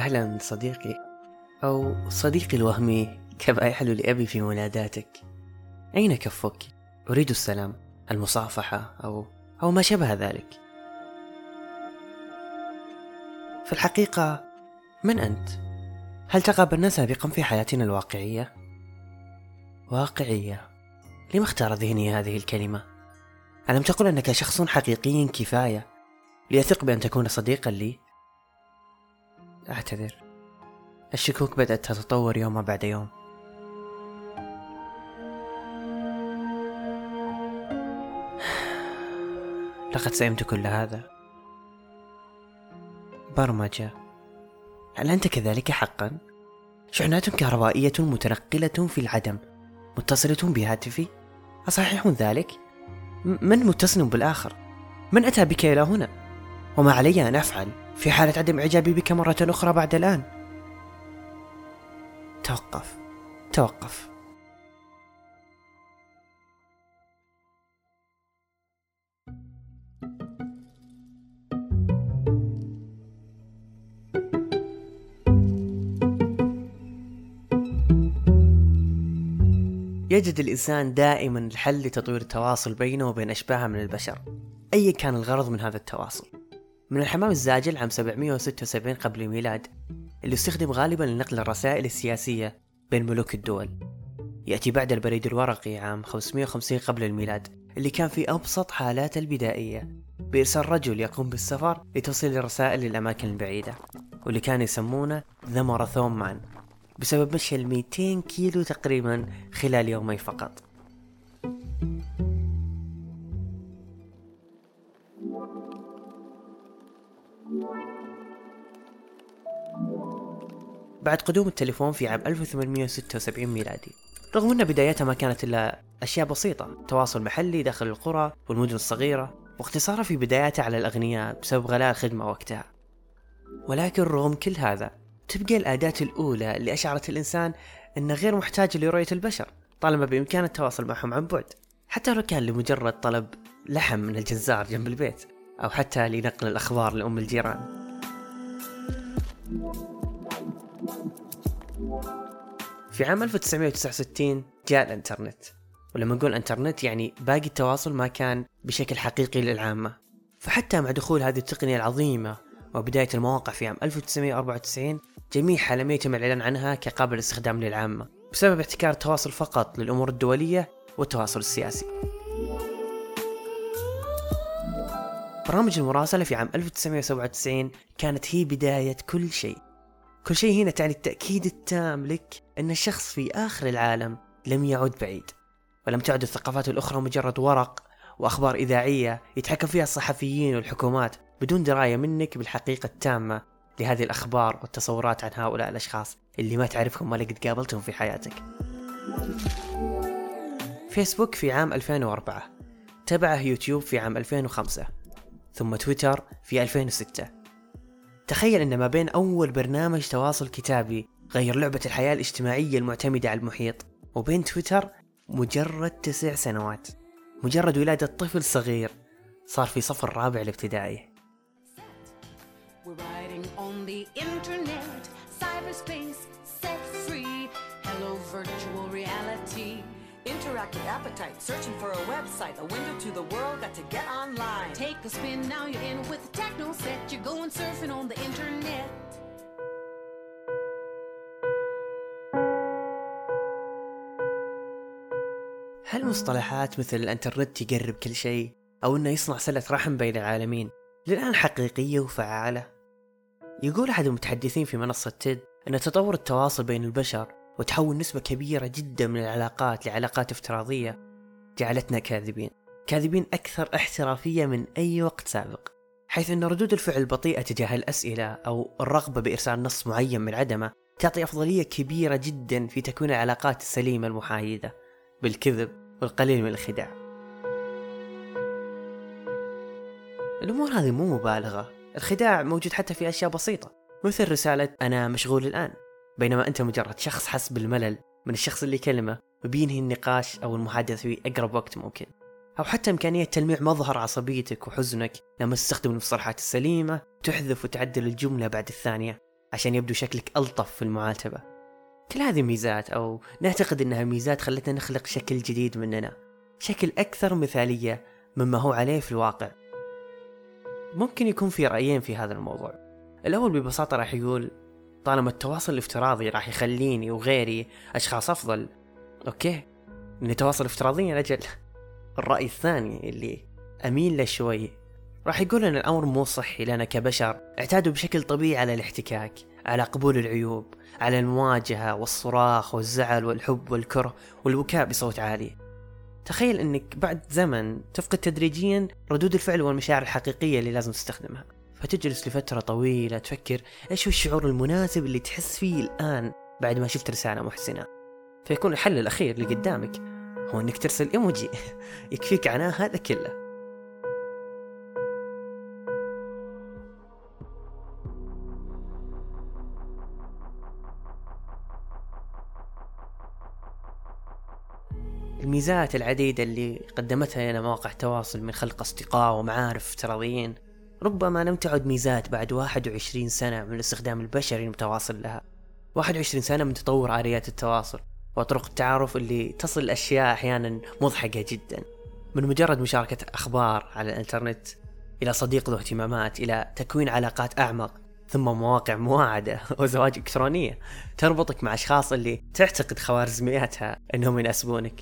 أهلا صديقي، أو صديقي الوهمي، كما يحلو لأبي في مناداتك. أين كفك؟ أريد السلام، المصافحة أو ما شابه ذلك. في الحقيقة من أنت؟ هل تقابلنا سابقا في حياتنا الواقعية؟ واقعية؟ لم اختار ذهني هذه الكلمة؟ ألم تقل أنك شخص حقيقي كفاية ليثق بأن تكون صديقا لي؟ أعتذر، الشكوك بدأت تتطور يوم بعد يوم. لقد سئمت كل هذا. برمجة، هل أنت كذلك حقا؟ شحنات كهربائية متنقلة في العدم متصلة بهاتفي، أصحيح ذلك؟ من متصل بالآخر؟ من أتى بك إلى هنا؟ وما علي أن أفعل في حالة عدم إعجابي بك مرة أخرى بعد الآن؟ توقف. يجد الإنسان دائما الحل لتطوير التواصل بينه وبين أشباهه من البشر، أي كان الغرض من هذا التواصل. من الحمام الزاجل عام 776 قبل الميلاد، اللي يستخدم غالبا لنقل الرسائل السياسية بين ملوك الدول، يأتي بعد البريد الورقي عام 550 قبل الميلاد، اللي كان في أبسط حالات البدائية بإرسال رجل يقوم بالسفر لتوصيل الرسائل للأماكن البعيدة، واللي كان يسمونه ذا ماراثون مان، بسبب مشي 200 كيلو تقريبا خلال يومين فقط. بعد قدوم التليفون في عام 1876 ميلادي، رغم أن بدايتها ما كانت إلا أشياء بسيطة، تواصل محلي داخل القرى والمدن الصغيرة، واقتصارها في بداياتها على الأغنياء بسبب غلاء الخدمة وقتها. ولكن رغم كل هذا، تبقى الأداة الأولى اللي أشعرت الإنسان أنه غير محتاج لرؤية البشر، طالما بإمكان التواصل معهم عن بعد، حتى لو كان لمجرد طلب لحم من الجزار جنب البيت، أو حتى لنقل الأخبار لأم الجيران. في عام 1969 جاء الانترنت، ولما نقول انترنت يعني باقي التواصل ما كان بشكل حقيقي للعامة. فحتى مع دخول هذه التقنية العظيمة وبداية المواقع في عام 1994، جميعها لم يتم الإعلان عنها كقابل استخدام للعامة، بسبب احتكار التواصل فقط للأمور الدولية والتواصل السياسي. برامج المراسلة في عام 1997 كانت هي بداية كل شيء. كل شيء هنا تعني التأكيد التام لك أن الشخص في آخر العالم لم يعد بعيد، ولم تعد الثقافات الأخرى مجرد ورق وأخبار إذاعية يتحكم فيها الصحفيين والحكومات بدون دراية منك بالحقيقة التامة لهذه الأخبار والتصورات عن هؤلاء الأشخاص اللي ما تعرفهم ولا قد قابلتهم في حياتك. فيسبوك في عام 2004، تبعه يوتيوب في عام 2005، ثم تويتر في 2006. تخيل أن ما بين أول برنامج تواصل كتابي غير لعبة الحياة الاجتماعية المعتمدة على المحيط، وبين تويتر مجرد 9 سنوات، مجرد ولادة طفل صغير صار في صف الرابع الابتدائي. Interactive appetite, searching for a website, a window to the world, got to get online. Take a spin, now you're in with the techno set, you're going surfing on the internet. هل مصطلحات مثل الانترنت يقرب كل شيء، أو أنه يصنع صلة رحم بين العالمين، للآن حقيقية وفعالة؟ يقول أحد المتحدثين في منصة تيد أن تطور التواصل بين البشر وتحول نسبة كبيرة جدا من العلاقات لعلاقات افتراضية جعلتنا كاذبين أكثر احترافية من أي وقت سابق، حيث أن ردود الفعل البطيئة تجاه الأسئلة أو الرغبة بإرسال نص معين من عدمه تعطي أفضلية كبيرة جدا في تكوين العلاقات السليمة المحايدة بالكذب والقليل من الخداع. الأمور هذه مو مبالغة، الخداع موجود حتى في أشياء بسيطة، مثل رسالة أنا مشغول الآن، بينما أنت مجرد شخص حس بالملل من الشخص اللي كلمه وبينهي النقاش أو المحادثة في أقرب وقت ممكن. أو حتى إمكانية تلميع مظهر عصبيتك وحزنك لما تستخدم المصطلحات السليمة، تحذف وتعدل الجملة بعد الثانية، عشان يبدو شكلك ألطف في المعاتبة. كل هذه ميزات، أو نعتقد أنها ميزات، خلتنا نخلق شكل جديد مننا، شكل أكثر مثالية مما هو عليه في الواقع. ممكن يكون في رأيين في هذا الموضوع. الأول ببساطة راح يقول طالما التواصل الافتراضي راح يخليني وغيري أشخاص أفضل، أوكي نتواصل افتراضيا أجل. الرأي الثاني اللي أميل له شوي راح يقول أن الأمر مو صحي لنا كبشر اعتادوا بشكل طبيعي على الاحتكاك، على قبول العيوب، على المواجهة والصراخ والزعل والحب والكره والبكاء بصوت عالي. تخيل أنك بعد زمن تفقد تدريجيا ردود الفعل والمشاعر الحقيقية اللي لازم تستخدمها، فتجلس لفترة طويلة تفكر إيش هو الشعور المناسب اللي تحس فيه الآن بعد ما شفت رسالة محزنة. فيكون الحل الأخير اللي قدامك هو أنك ترسل إيموجي يكفيك عناه هذا كله. الميزات العديدة اللي قدمتها لنا مواقع التواصل من خلق أصدقاء ومعارف افتراضيين ربما لم تعد ميزات بعد 21 سنة من الاستخدام البشري المتواصل لها. 21 سنة من تطور آليات التواصل وطرق التعارف اللي تصل الأشياء أحيانا مضحكة جدا، من مجرد مشاركة أخبار على الإنترنت إلى صديق ذو اهتمامات، إلى تكوين علاقات أعمق، ثم مواقع مواعدة وزواج إلكترونية تربطك مع أشخاص اللي تعتقد خوارزمياتها أنهم يناسبونك.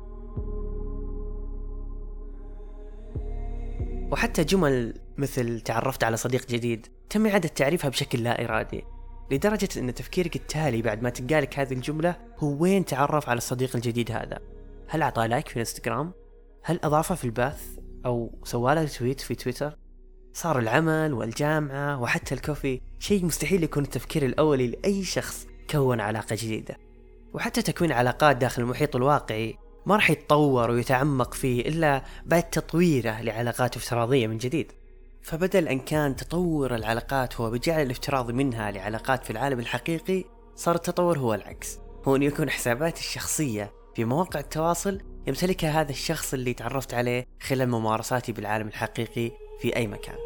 وحتى جمل مثل تعرفت على صديق جديد تم إعادة تعريفها بشكل لا إرادي، لدرجة أن تفكيرك التالي بعد ما تقالك هذه الجملة هو وين تعرف على الصديق الجديد هذا؟ هل أعطى لايك في الانستغرام؟ هل أضافه في البث؟ أو سواله تويت في تويتر؟ صار العمل والجامعة وحتى الكوفي شيء مستحيل يكون التفكير الأولي لأي شخص كون علاقة جديدة. وحتى تكوين علاقات داخل المحيط الواقعي ما راح يتطور ويتعمق فيه إلا بعد تطويره لعلاقات افتراضية من جديد. فبدل أن كان تطور العلاقات هو بجعل الافتراضي منها لعلاقات في العالم الحقيقي، صار التطور هو العكس، هو أن يكون حسابات الشخصية في مواقع التواصل يمتلكها هذا الشخص اللي تعرفت عليه خلال ممارساتي بالعالم الحقيقي في أي مكان.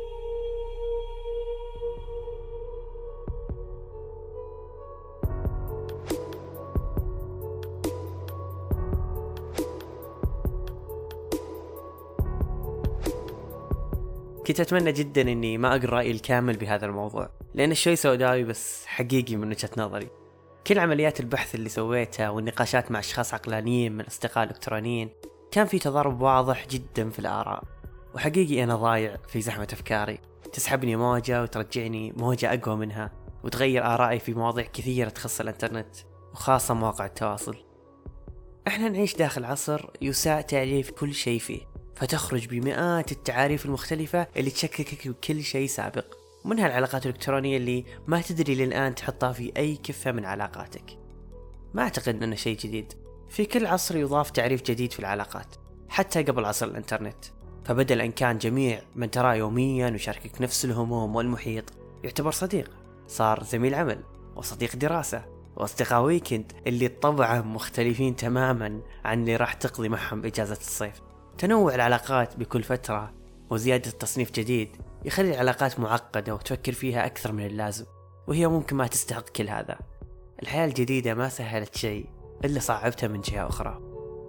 كنت أتمنى جدا أني ما أقرأ رأيي الكامل بهذا الموضوع، لأن الشيء سوداوي بس حقيقي من وجهة نظري. كل عمليات البحث اللي سويتها والنقاشات مع أشخاص عقلانيين من أصدقاء إلكترونيين كان في تضارب واضح جدا في الآراء، وحقيقي أنا ضايع في زحمة أفكاري تسحبني موجة وترجعني موجة أقوى منها، وتغير آرائي في مواضيع كثيرة تخص الإنترنت وخاصة مواقع التواصل. إحنا نعيش داخل عصر يساء تعريف كل شيء فيه، فتخرج بمئات التعاريف المختلفة اللي تشككك بكل شيء سابق، ومنها العلاقات الإلكترونية اللي ما تدري للآن تحطها في أي كفة من علاقاتك. ما أعتقد أنه شيء جديد، في كل عصر يضاف تعريف جديد في العلاقات، حتى قبل عصر الإنترنت. فبدل أن كان جميع من تراه يوميا ويشاركك نفس الهموم والمحيط يعتبر صديق، صار زميل عمل وصديق دراسة وأصدقاء ويكند اللي طبعا مختلفين تماما عن اللي راح تقضي معهم إجازة الصيف. تنوع العلاقات بكل فترة وزيادة تصنيف جديد يخلي العلاقات معقدة وتفكر فيها أكثر من اللازم، وهي ممكن ما تستحق كل هذا. الحياة الجديدة ما سهلت شيء إلا صعبتها من جهة أخرى.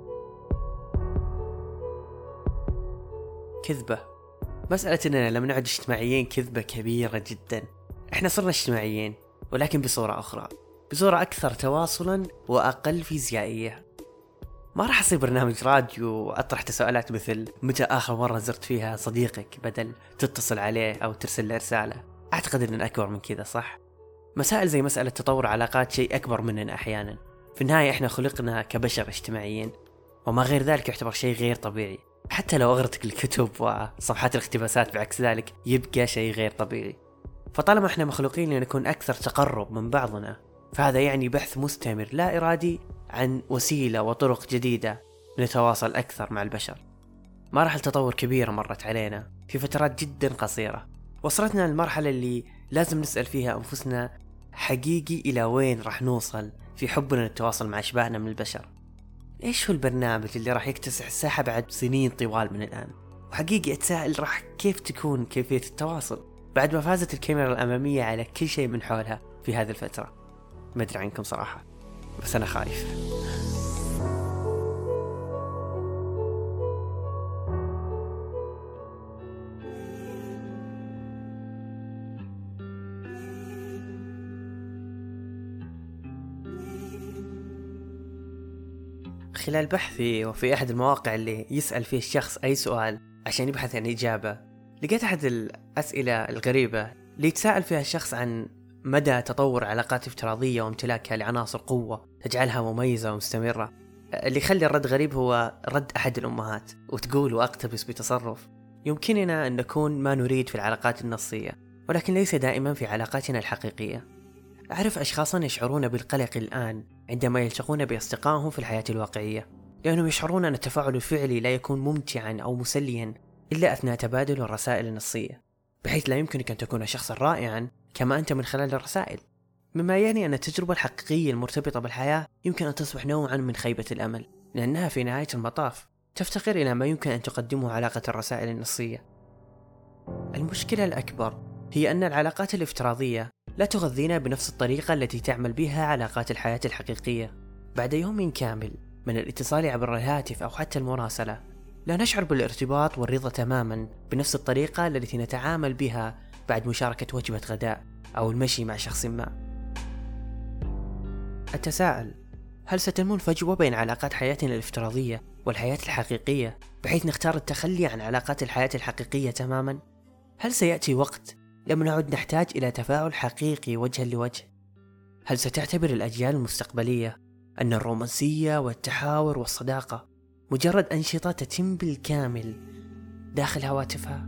كذبة، مسألة أننا لم نعد اجتماعيين كذبة كبيرة جدا. إحنا صرنا اجتماعيين ولكن بصورة أخرى، بصورة أكثر تواصلا وأقل فيزيائية. ما راح أصير برنامج راديو وأطرح تساؤلات مثل متى آخر مرة زرت فيها صديقك بدل تتصل عليه أو ترسل له رسالة. أعتقد أننا أكبر من كذا، صح؟ مسائل زي مسألة تطور علاقات شيء أكبر مننا أحيانا. في النهاية إحنا خلقنا كبشر اجتماعيين، وما غير ذلك يعتبر شيء غير طبيعي. حتى لو أغرتك الكتب وصفحات الاقتباسات بعكس ذلك يبقى شيء غير طبيعي. فطالما إحنا مخلوقين لنكون أكثر تقرب من بعضنا، فهذا يعني بحث مستمر لا إرادي عن وسيلة وطرق جديدة نتواصل أكثر مع البشر. مراحل تطور كبيرة مرت علينا في فترات جدا قصيرة، وصلتنا للمرحلة اللي لازم نسأل فيها أنفسنا حقيقي إلى وين راح نوصل في حبنا للتواصل مع أشباهنا من البشر. إيش هو البرنامج اللي راح يكتسح الساحة بعد سنين طوال من الآن؟ وحقيقي أتساءل راح كيف تكون كيفية التواصل بعد ما فازت الكاميرا الأمامية على كل شيء من حولها في هذه الفترة. ما أدري عنكم صراحة، بس أنا خايف. خلال بحثي وفي أحد المواقع اللي يسأل فيه الشخص أي سؤال عشان يبحث عن إجابة، لقيت أحد الأسئلة الغريبة اللي يتساءل فيها الشخص عن مدى تطور علاقات افتراضية وامتلاكها لعناصر قوة تجعلها مميزة ومستمرة. اللي يخلي الرد غريب هو رد أحد الأمهات، وتقول وأقتبس بتصرف: يمكننا أن نكون ما نريد في العلاقات النصية، ولكن ليس دائما في علاقاتنا الحقيقية. أعرف أشخاصا يشعرون بالقلق الآن عندما يلتقون بأصدقائهم في الحياة الواقعية، لأنهم يشعرون أن التفاعل الفعلي لا يكون ممتعا أو مسليا إلا أثناء تبادل الرسائل النصية، بحيث لا يمكنك أن تكون شخصا رائعا كما أنت من خلال الرسائل، مما يعني أن التجربة الحقيقية المرتبطة بالحياة يمكن أن تصبح نوعا من خيبة الأمل، لأنها في نهاية المطاف تفتقر إلى ما يمكن أن تقدمه علاقة الرسائل النصية. المشكلة الأكبر هي أن العلاقات الافتراضية لا تغذينا بنفس الطريقة التي تعمل بها علاقات الحياة الحقيقية. بعد يوم كامل من الاتصال عبر الهاتف أو حتى المراسلة، لا نشعر بالارتباط والرضا تماما بنفس الطريقة التي نتعامل بها بعد مشاركة وجبة غداء أو المشي مع شخص ما. أتساءل: هل ستنمو الفجوة بين علاقات حياتنا الافتراضية والحياة الحقيقية بحيث نختار التخلي عن علاقات الحياة الحقيقية تماما؟ هل سيأتي وقت لم نعد نحتاج إلى تفاعل حقيقي وجها لوجه؟ هل ستعتبر الأجيال المستقبلية أن الرومانسية والتحاور والصداقة مجرد أنشطة تتم بالكامل داخل هواتفها؟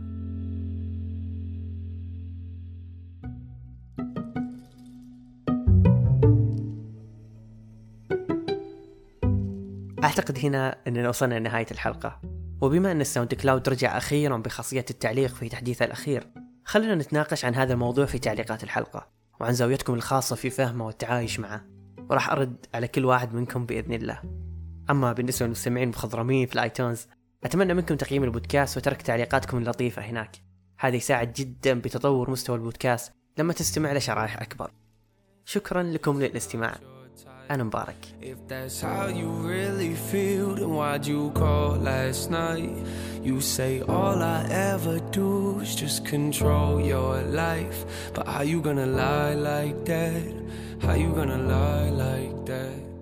أعتقد هنا أننا وصلنا لنهاية الحلقة، وبما أن الساوند كلاود رجع أخيرا بخاصية التعليق في تحديثه الأخير، خلينا نتناقش عن هذا الموضوع في تعليقات الحلقة وعن زاويتكم الخاصة في فهمه والتعايش معه، وراح أرد على كل واحد منكم بإذن الله. أما بالنسبة للمستمعين المخضرمين في الآيتونز، أتمنى منكم تقييم البودكاست وترك تعليقاتكم اللطيفة هناك، هذا يساعد جدا بتطور مستوى البودكاست لما تستمع لشرائح أكبر. شكرا لكم للاستماع. أنا مبارك. If that's how you really feel, then why'd you call last night? You say all I ever do is just control your life, but how you gonna lie like that? How you gonna lie like that?